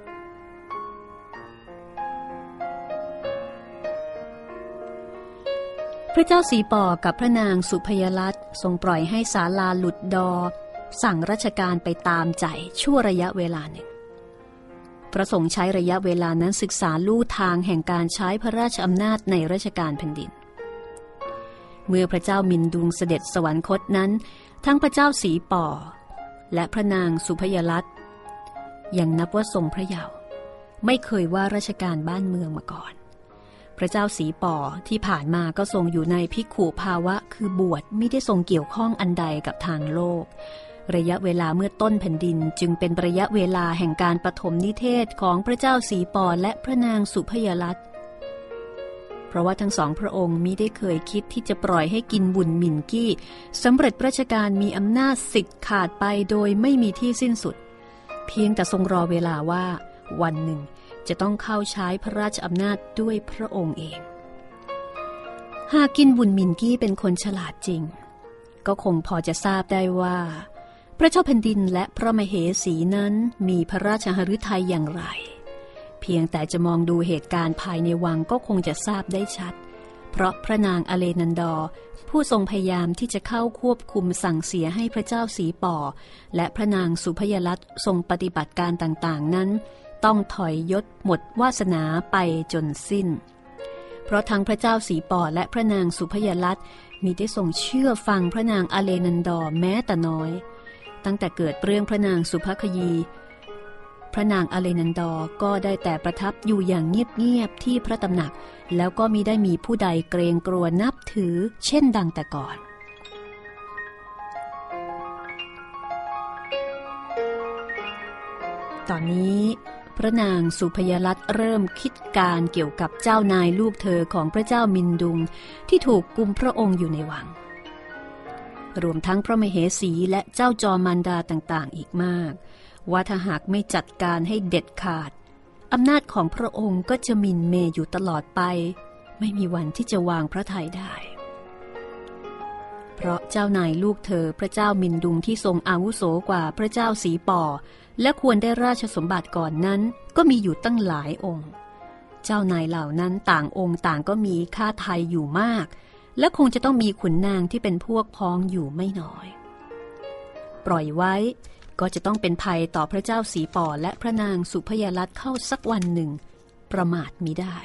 พระเจ้าสีป่อกับพระนางสุพยลัตน์ทรงปล่อยให้ศาลาหลุดดอสั่งราชการไปตามใจชั่วระยะเวลาหนึ่งพระสงฆ์ใช้ระยะเวลานั้นศึกษาลู่ทางแห่งการใช้พระราชอำนาจในราชการแผ่นดินเมื่อพระเจ้ามินดุงเสด็จสวรรคตนั้นทั้งพระเจ้าสีป่อและพระนางสุพยลัตน์ยังนับว่าทรงพระเยาว์ไม่เคยว่าราชการบ้านเมืองมาก่อนพระเจ้าสีป่อที่ผ่านมาก็ทรงอยู่ในภิกขุภาวะคือบวชไม่ได้ทรงเกี่ยวข้องอันใดกับทางโลกระยะเวลาเมื่อต้นแผ่นดินจึงเป็นระยะเวลาแห่งการปฐมนิเทศของพระเจ้าสีป่อและพระนางสุพยลัตน์เพราะว่าทั้งสองพระองค์มิได้เคยคิดที่จะปล่อยให้กินบุญหมิ่นกี้สำเร็จราชการมีอำนาจสิทธิ์ขาดไปโดยไม่มีที่สิ้นสุดเพียงแต่ทรงรอเวลาว่าวันหนึ่งจะต้องเข้าใช้พระราชอำนาจด้วยพระองค์เองหากกินบุญหมิ่นกี้เป็นคนฉลาดจริงก็คงพอจะทราบได้ว่าพระเจ้าแผ่นดินและพระมเหสีนั้นมีพระราชหฤทัยอย่างไรเพียงแต่จะมองดูเหตุการณ์ภายในวังก็คงจะทราบได้ชัดเพราะพระนางอเลนันดอร์ผู้ทรงพยายามที่จะเข้าควบคุมสั่งเสียให้พระเจ้าสีป่อและพระนางสุพยลัตน์ทรงปฏิบัติการต่างๆนั้นต้องถอยยศหมดวาสนาไปจนสิ้นเพราะทั้งพระเจ้าสีป่อและพระนางสุพยลัตน์มิได้ทรงเชื่อฟังพระนางอเลนันดอร์แม้แต่น้อยตั้งแต่เกิดเรื่องพระนางสุภคยีพระนางอเลนันดอร์ก็ได้แต่ประทับอยู่อย่างเงียบๆที่พระตำหนักแล้วก็มิได้มีผู้ใดเกรงกลัวนับถือเช่นดังแต่ก่อนตอนนี้พระนางสุพยลัตน์เริ่มคิดการเกี่ยวกับเจ้านายลูกเธอของพระเจ้ามินดุงที่ถูกกุมพระองค์อยู่ในวังรวมทั้งพระมเหสีและเจ้าจอมมารดาต่างๆอีกมากว่าถ้าหากไม่จัดการให้เด็ดขาดอำนาจของพระองค์ก็จะมินเมย์อยู่ตลอดไปไม่มีวันที่จะวางพระทัยได้เพราะเจ้านายลูกเธอพระเจ้ามินดุงที่ทรงอาวุโสกว่าพระเจ้าสีป่อและควรได้ราชสมบัติก่อนนั้นก็มีอยู่ตั้งหลายองค์เจ้านายเหล่านั้นต่างองค์ต่างก็มีค่าไทยอยู่มากและคงจะต้องมีขุนนางที่เป็นพวกพ้องอยู่ไม่น้อยปล่อยไว้ก็จะต้องเป็นภัยต่อพระเจ้าสีป่อและพระนางสุพยลัตน์เข้าสักวันหนึ่งประมาทมิได้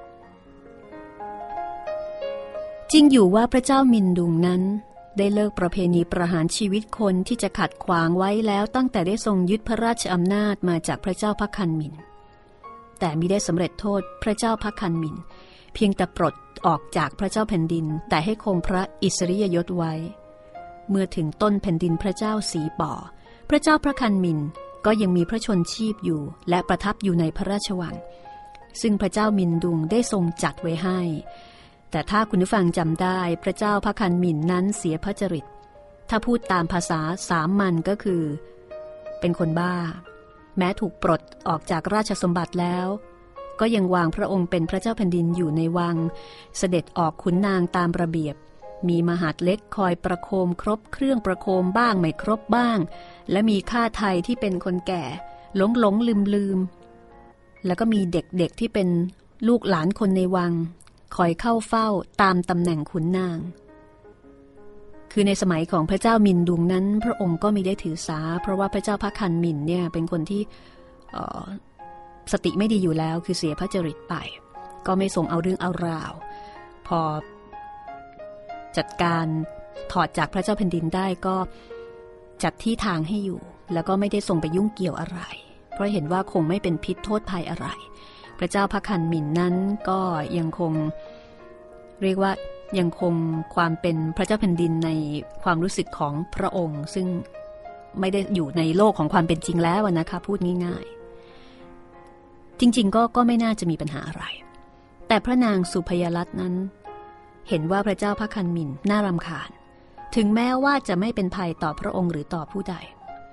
จริงอยู่ว่าพระเจ้ามินดุงนั้นได้เลิกประเพณีประหารชีวิตคนที่จะขัดขวางไว้แล้วตั้งแต่ได้ทรงยึดพระราชอำนาจมาจากพระเจ้าพระคันมินแต่มิได้สำเร็จโทษพระเจ้าพระคันมินเพียงแต่ปลดออกจากพระเจ้าแผ่นดินแต่ให้คงพระอิสริยยศไว้เมื่อถึงต้นแผ่นดินพระเจ้าสีป่อพระเจ้าพระคันมินก็ยังมีพระชนชีพอยู่และประทับอยู่ในพระราชวังซึ่งพระเจ้ามินดุงได้ทรงจัดไว้ให้แต่ถ้าคุณผู้ฟังจำได้พระเจ้าพระคันมินนั้นเสียพระจริตถ้าพูดตามภาษาสามัญก็คือเป็นคนบ้าแม้ถูกปลดออกจากราชสมบัติแล้วก็ยังวางพระองค์เป็นพระเจ้าแผ่นดินอยู่ในวังเสด็จออกขุนนางตามระเบียบมีมหาดเล็กคอยประโคมครบเครื่องประโคมบ้างไม่ครบบ้างและมีข้าไทยที่เป็นคนแก่หลงหลงลืมลืมแล้วก็มีเด็กๆที่เป็นลูกหลานคนในวังคอยเข้าเฝ้าตามตำแหน่งขุนนางคือในสมัยของพระเจ้ามินดุงนั้นพระองค์ก็มิได้ถือสาเพราะว่าพระเจ้าพระคันมินเนี่ยเป็นคนที่สติไม่ดีอยู่แล้วคือเสียพระจริตไปก็ไม่ทรงเอาเรื่องเอาราวพอจัดการถอดจากพระเจ้าแผ่นดินได้ก็จัดที่ทางให้อยู่แล้วก็ไม่ได้ทรงไปยุ่งเกี่ยวอะไรเพราะเห็นว่าคงไม่เป็นพิษโทษภัยอะไรพระเจ้าพระคันมินนั้นก็ยังคงเรียกว่ายังคงความเป็นพระเจ้าแผ่นดินในความรู้สึกของพระองค์ซึ่งไม่ได้อยู่ในโลกของความเป็นจริงแล้วนะคะพูดง่ายๆจริงๆก็ก็ไม่น่าจะมีปัญหาอะไรแต่พระนางสุพยลัตน์นั้นเห็นว่าพระเจ้าพระคันมินน่ารำคาญถึงแม้ว่าจะไม่เป็นภัยต่อพระองค์หรือต่อผู้ใด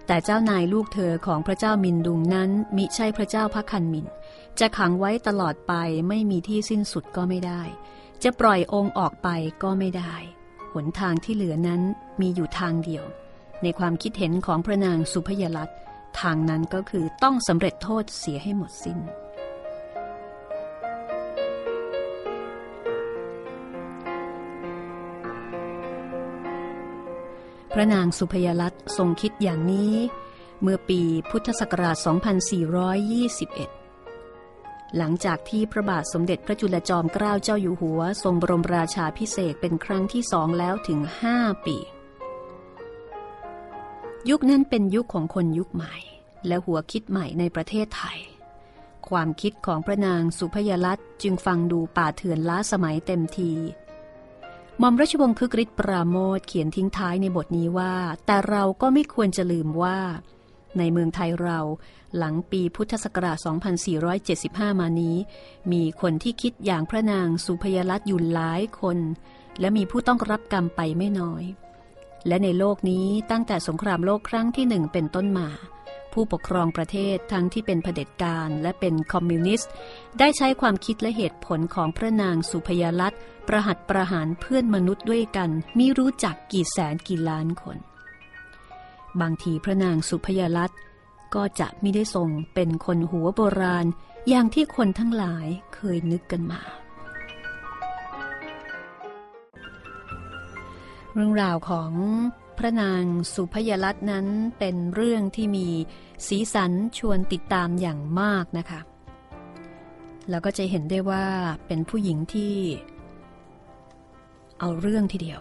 แต่เจ้านายลูกเธอของพระเจ้ามินดุงนั้นมิใช่พระเจ้าพระคันมินจะขังไว้ตลอดไปไม่มีที่สิ้นสุดก็ไม่ได้จะปล่อยองค์ออกไปก็ไม่ได้หนทางที่เหลือนั้นมีอยู่ทางเดียวในความคิดเห็นของพระนางสุพยลัตน์ทางนั้นก็คือต้องสำเร็จโทษเสียให้หมดสิ้นพระนางสุพยลัตน์ทรงคิดอย่างนี้เมื่อปีพุทธศักราช สองพันสี่ร้อยยี่สิบเอ็ด หลังจากที่พระบาทสมเด็จพระจุลจอมเกล้าเจ้าอยู่หัวทรงบรมราชาภิเษกเป็นครั้งที่สองแล้วถึงห้าปียุคนั้นเป็นยุคของคนยุคใหม่และหัวคิดใหม่ในประเทศไทยความคิดของพระนางสุพยลัตน์จึงฟังดูป่าเถื่อนล้าสมัยเต็มทีหม่อมราชวงศ์คึกฤทธิ์ปราโมทย์เขียนทิ้งท้ายในบทนี้ว่าแต่เราก็ไม่ควรจะลืมว่าในเมืองไทยเราหลังปีพุทธศักราช สองพันสี่ร้อยเจ็ดสิบห้า มานี้มีคนที่คิดอย่างพระนางสุพยลัตน์อยู่หลายคนและมีผู้ต้องรับกรรมไปไม่น้อยและในโลกนี้ตั้งแต่สงครามโลกครั้งที่หนึ่งเป็นต้นมาผู้ปกครองประเทศทั้งที่เป็นเผด็จการและเป็นคอมมิวนิสต์ได้ใช้ความคิดและเหตุผลของพระนางสุพยลัตน์ประหัตประหารเพื่อนมนุษย์ด้วยกันมิรู้จักกี่แสนกี่ล้านคนบางทีพระนางสุพยลัตน์ก็จะมิได้ทรงเป็นคนหัวโบราณอย่างที่คนทั้งหลายเคยนึกกันมาเรื่องราวของพระนางสุพยลัตน์นั้นเป็นเรื่องที่มีสีสันชวนติดตามอย่างมากนะคะแล้วก็จะเห็นได้ว่าเป็นผู้หญิงที่เอาเรื่องทีเดียว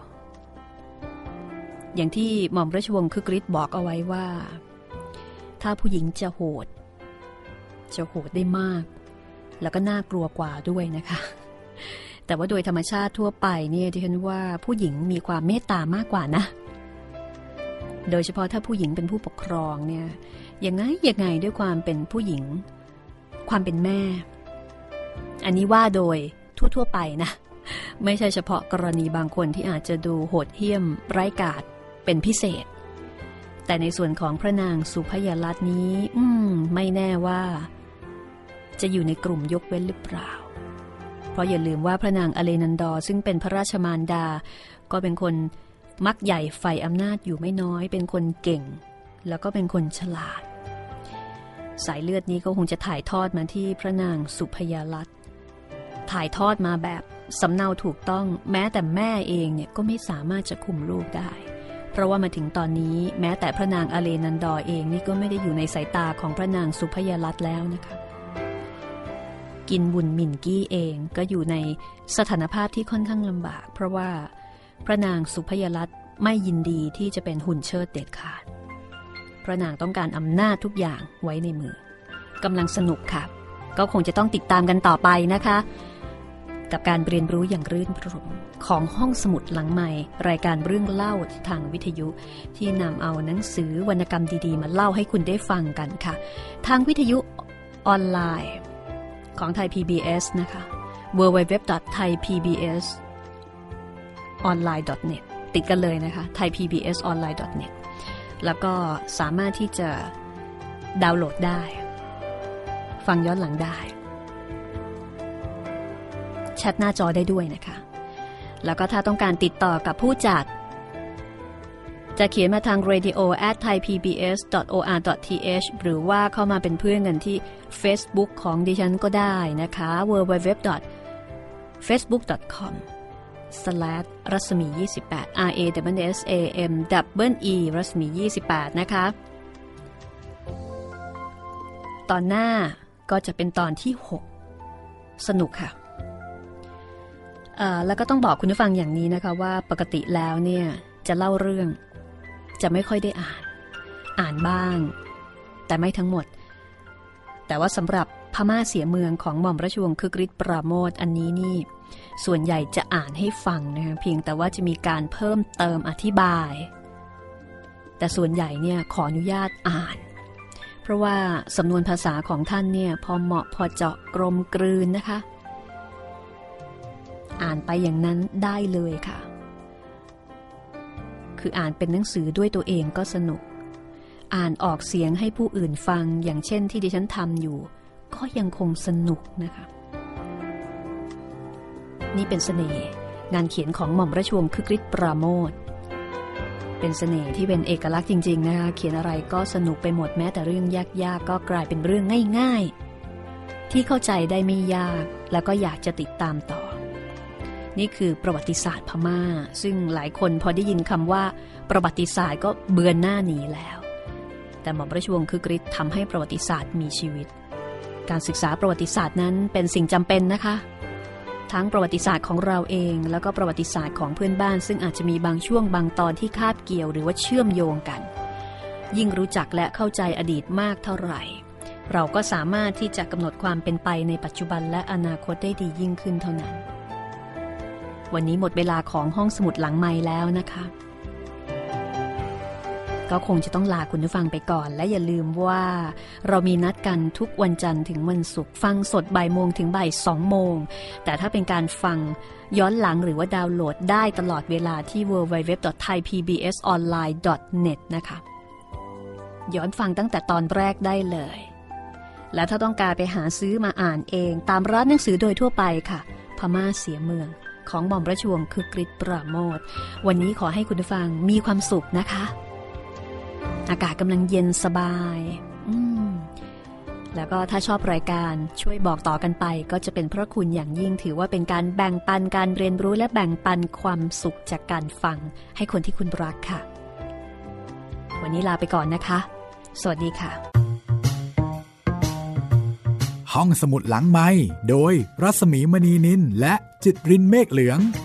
อย่างที่หม่อมราชวงศ์คึกฤทธิ์บอกเอาไว้ว่าถ้าผู้หญิงจะโหดจะโหดได้มากแล้วก็น่ากลัวกว่าด้วยนะคะแต่ว่าโดยธรรมชาติทั่วไปเนี่ยดิฉันว่าผู้หญิงมีความเมตตามากกว่านะโดยเฉพาะถ้าผู้หญิงเป็นผู้ปกครองเนี่ยยังไงยังไงด้วยความเป็นผู้หญิงความเป็นแม่อันนี้ว่าโดยทั่วๆไปนะไม่ใช่เฉพาะกรณีบางคนที่อาจจะดูโหดเหี้ยมไร้กาจเป็นพิเศษแต่ในส่วนของพระนางสุพยลัตน์นี้อืมไม่แน่ว่าจะอยู่ในกลุ่มยกเว้นหรือเปล่าเพราะอย่าลืมว่าพระนางอเลนันดอร์ซึ่งเป็นพระราชมารดาก็เป็นคนมักใหญ่ใฝ่อำนาจอยู่ไม่น้อยเป็นคนเก่งแล้วก็เป็นคนฉลาดสายเลือดนี้ก็คงจะถ่ายทอดมาที่พระนางสุพยลัตน์ถ่ายทอดมาแบบสำเนาถูกต้องแม้แต่แม่เองเนี่ยก็ไม่สามารถจะคุมลูกได้เพราะว่ามาถึงตอนนี้แม้แต่พระนางอเลนันดอร์เองนี่ก็ไม่ได้อยู่ในสายตาของพระนางสุพยลัตน์แล้วนะคะกินบุญหมิ่นกี้เองก็อยู่ในสถานภาพที่ค่อนข้างลำบากเพราะว่าพระนางสุพยลัตน์ไม่ยินดีที่จะเป็นหุ่นเชิดเด็ดขาดพระนางต้องการอำนาจทุกอย่างไว้ในมือกำลังสนุกค่ะก็คงจะต้องติดตามกันต่อไปนะคะกับการเรียนรู้อย่างรื่นรมย์ของห้องสมุดหลังใหม่รายการเรื่องเล่าทางวิทยุที่นำเอาหนังสือวรรณกรรมดีๆมาเล่าให้คุณได้ฟังกันค่ะทางวิทยุออนไลน์ของไทย พี บี เอส นะคะ ดับเบิลยู ดับเบิลยู ดับเบิลยู ดอท ไทย พี บี เอส ออนไลน์ ดอท เน็ต ติดกันเลยนะคะ ไทย พี บี เอส ออนไลน์ ดอท เน็ต แล้วก็สามารถที่จะดาวน์โหลดได้ฟังย้อนหลังได้แชทหน้าจอได้ด้วยนะคะแล้วก็ถ้าต้องการติดต่อกับผู้จัดจะเขียนมาทาง radio at thai p b s dot o r dot t h หรือว่าเข้ามาเป็นเพื่อนกันที่ Facebook ของดิฉันก็ได้นะคะ ดับเบิลยู ดับเบิลยู ดับเบิลยู ดอท เฟซบุ๊ก ดอท คอม สแลช รัศมี ยี่สิบแปด r a w s a m double e รัศมี ยี่สิบแปดนะคะตอนหน้าก็จะเป็นตอนที่หกสนุกค่ะแล้วก็ต้องบอกคุณผู้ฟังอย่างนี้นะคะว่าปกติแล้วเนี่ยจะเล่าเรื่องจะไม่ค่อยได้อ่านอ่านบ้างแต่ไม่ทั้งหมดแต่ว่าสำหรับพม่าเสียเมืองของหม่อมราชวงศ์คึกฤทธิ์ปราโมทย์อันนี้นี่ส่วนใหญ่จะอ่านให้ฟังนะคะเพียงแต่ว่าจะมีการเพิ่มเติมอธิบายแต่ส่วนใหญ่เนี่ยขออนุญาตอ่านเพราะว่าสำนวนภาษาของท่านเนี่ยพอเหมาะพอเจาะกลมกลืนนะคะอ่านไปอย่างนั้นได้เลยค่ะคืออ่านเป็นหนังสือด้วยตัวเองก็สนุกอ่านออกเสียงให้ผู้อื่นฟังอย่างเช่นที่ดิฉันทำอยู่ก็ยังคงสนุกนะคะนี่เป็นเสน่ห์งานเขียนของหม่อมราชวงศ์คึกฤทธิ์ปราโมทย์เป็นเสน่ห์ที่เป็นเอกลักษณ์จริงๆนะคะเขียนอะไรก็สนุกไปหมดแม้แต่เรื่องยากๆก็กลายเป็นเรื่องง่ายๆที่เข้าใจได้ไม่ยากแล้วก็อยากจะติดตามต่อนี่คือประวัติศาสตร์พม่าซึ่งหลายคนพอได้ยินคำว่าประวัติศาสตร์ก็เบือนหน้าหนีแล้วแต่หม่อมราชวงศ์คึกฤทธิ์ทำให้ประวัติศาสตร์มีชีวิตการศึกษาประวัติศาสตร์นั้นเป็นสิ่งจำเป็นนะคะทั้งประวัติศาสตร์ของเราเองแล้วก็ประวัติศาสตร์ของเพื่อนบ้านซึ่งอาจจะมีบางช่วงบางตอนที่คาบเกี่ยวหรือว่าเชื่อมโยงกันยิ่งรู้จักและเข้าใจอดีตมากเท่าไหร่เราก็สามารถที่จะกำหนดความเป็นไปในปัจจุบันและอนาคตได้ดียิ่งขึ้นเท่านั้นวันนี้หมดเวลาของห้องสมุดหลังไมค์แล้วนะคะก็คงจะต้องลาคุณผู้ฟังไปก่อนและอย่าลืมว่าเรามีนัดกันทุกวันจันทร์ถึงวันศุกร์ฟังสดบ่ายโมงถึงบ่ายสองโมงแต่ถ้าเป็นการฟังย้อนหลังหรือว่าดาวน์โหลดได้ตลอดเวลาที่ ดับเบิลยู ดับเบิลยู ดับเบิลยู ดอท ไทย พี บี เอส ออนไลน์ ดอท เน็ต นะคะย้อนฟังตั้งแต่ตอนแรกได้เลยและถ้าต้องการไปหาซื้อมาอ่านเองตามร้านหนังสือโดยทั่วไปค่ะพม่าเสียเมืองของหม่อมราชวงศ์คึกฤทธิ์ปราโมทย์วันนี้ขอให้คุณผู้ฟังมีความสุขนะคะอากาศกำลังเย็นสบายอืมแล้วก็ถ้าชอบรายการช่วยบอกต่อกันไปก็จะเป็นพระคุณอย่างยิ่งถือว่าเป็นการแบ่งปันการเรียนรู้และแบ่งปันความสุขจากการฟังให้คนที่คุณรักค่ะวันนี้ลาไปก่อนนะคะสวัสดีค่ะห้องสมุดหลังไมค์โดยรัศมีมณีนินและจิตรินเมฆเหลือง